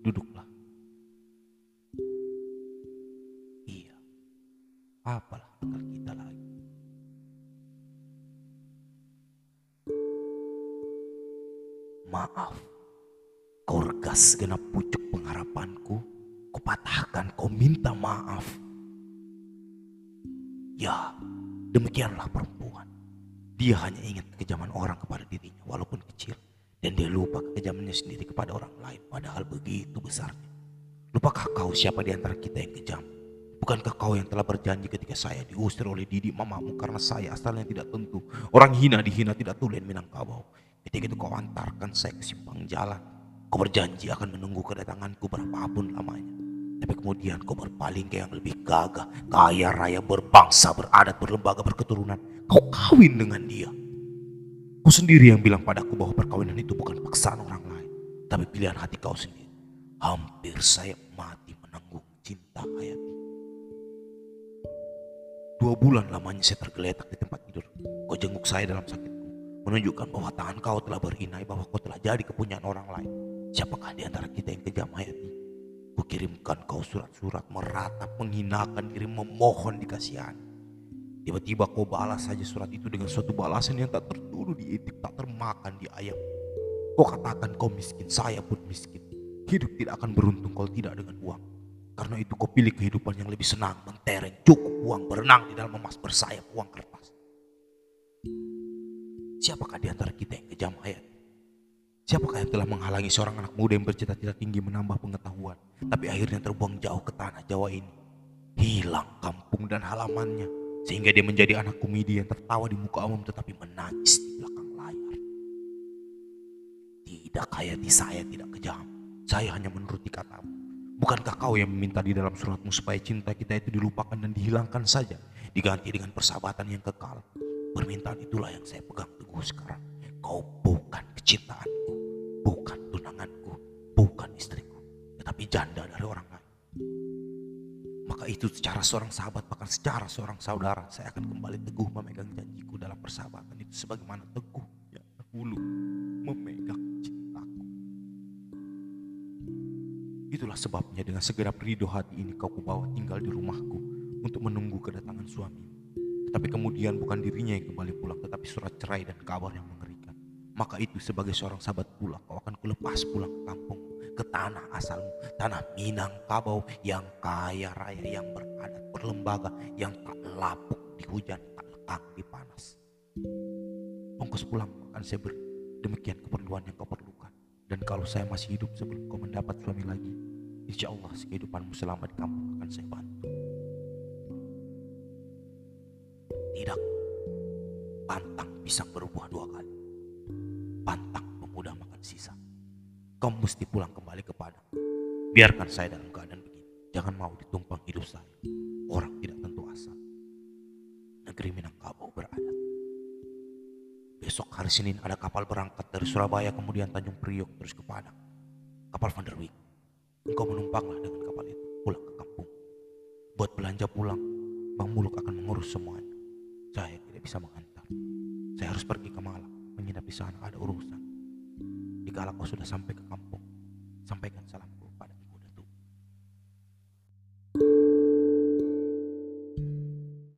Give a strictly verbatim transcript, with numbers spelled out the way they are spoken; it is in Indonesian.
Duduklah. Iya, apalah akal kita lagi. Maaf, kau regas genap pucuk pengharapanku. Kau patahkan, kau minta maaf. Ya, demikianlah perempuan. Dia hanya ingat kekejaman orang kepada dirinya walaupun kecil. Dan dia lupa kekejamannya sendiri kepada orang lain padahal begitu besarnya. Lupakah kau siapa di antara kita yang kejam? Bukankah kau yang telah berjanji ketika saya diusir oleh Didi mamamu karena saya asalnya tidak tentu. Orang hina dihina tidak tulen Minangkabau. Ketika itu kau antarkan saya ke simpang jalan. Kau berjanji akan menunggu kedatanganku berapapun lamanya. Tapi kemudian kau berpaling ke yang lebih gagah, kaya raya, berbangsa, beradat, berlembaga, berketurunan. Kau kawin dengan dia. Kau sendiri yang bilang padaku bahwa perkawinan itu bukan paksaan orang lain, tapi pilihan hati kau sendiri. Hampir saya mati menanggung cinta Hayati. Dua bulan lamanya saya tergeletak di tempat tidur. Kau jenguk saya dalam sakitku, menunjukkan bahwa tangan kau telah berinai, bahwa kau telah jadi kepunyaan orang lain. Siapakah di antara kita yang kejam Hayati? Kukirimkan kau surat-surat meratap, menghinakan diri, memohon dikasihani. Tiba-tiba kau balas saja surat itu dengan suatu balasan yang tak tertuduh diitik, tak termakan di ayam. Kau katakan kau miskin, saya pun miskin. Hidup tidak akan beruntung kalau tidak dengan uang. Karena itu kau pilih kehidupan yang lebih senang, mentereng, cukup uang, berenang di dalam emas bersayap uang kertas. Siapakah di antara kita yang kejam Hayat? Siapakah yang telah menghalangi seorang anak muda yang bercita-cita tinggi menambah pengetahuan, tapi akhirnya terbuang jauh ke tanah Jawa ini? Hilang kampung dan halamannya, sehingga dia menjadi anak komedi yang tertawa di muka umum tetapi menangis di belakang layar. Tidak, Hayati, saya tidak kejam. Saya hanya menuruti katamu. Bukankah kau yang meminta di dalam suratmu supaya cinta kita itu dilupakan dan dihilangkan saja, diganti dengan persahabatan yang kekal? Permintaan itulah yang saya pegang teguh sekarang. Kau bukan kecintaanku, bukan tunanganku, bukan istriku, tetapi janda dari orang lain. Maka itu secara seorang sahabat, bahkan secara seorang saudara, saya akan kembali teguh memegang janjiku dalam persahabatan itu sebagaimana teguh yang dahulu memegang cintaku. Itulah sebabnya dengan segenap ridho hati ini kau kubawa tinggal di rumahku untuk menunggu kedatangan suamimu. Tetapi kemudian bukan dirinya yang kembali pulang, tetapi surat cerai dan kabar yang mengerikan. Maka itu sebagai seorang sahabat pula kau akan kulepas pulang ke kampung, ke tanah asalmu, tanah Minangkabau yang kaya raya, yang beradat, berlembaga, yang tak lapuk di hujan, tak lekang di panas. Ongkos pulang akan saya beri, demikian keperluan yang kau perlukan. Dan kalau saya masih hidup sebelum kau mendapat suami lagi, insya Allah kehidupanmu selama di kampung akan saya bantu. Tidak, pantang pisang berbuah dua kali. Pantang pemuda makan sisa. Kau mesti pulang kembali ke Padang. Biarkan saya dalam keadaan begini. Jangan mau ditumpang hidup saya. Orang tidak tentu asal. Negeri Minangkabau beradat. Besok hari Senin ada kapal berangkat dari Surabaya, kemudian Tanjung Priok terus ke Padang. Kapal Van der Wijk. Engkau menumpanglah dengan kapal itu pulang ke kampung. Buat belanja pulang, Bang Muluk akan mengurus semuanya. Saya tidak bisa mengantar. Saya harus pergi ke Malang, menginap di sana, ada urusan. Dikala kau sudah sampai ke kampung, sampaikan salamku.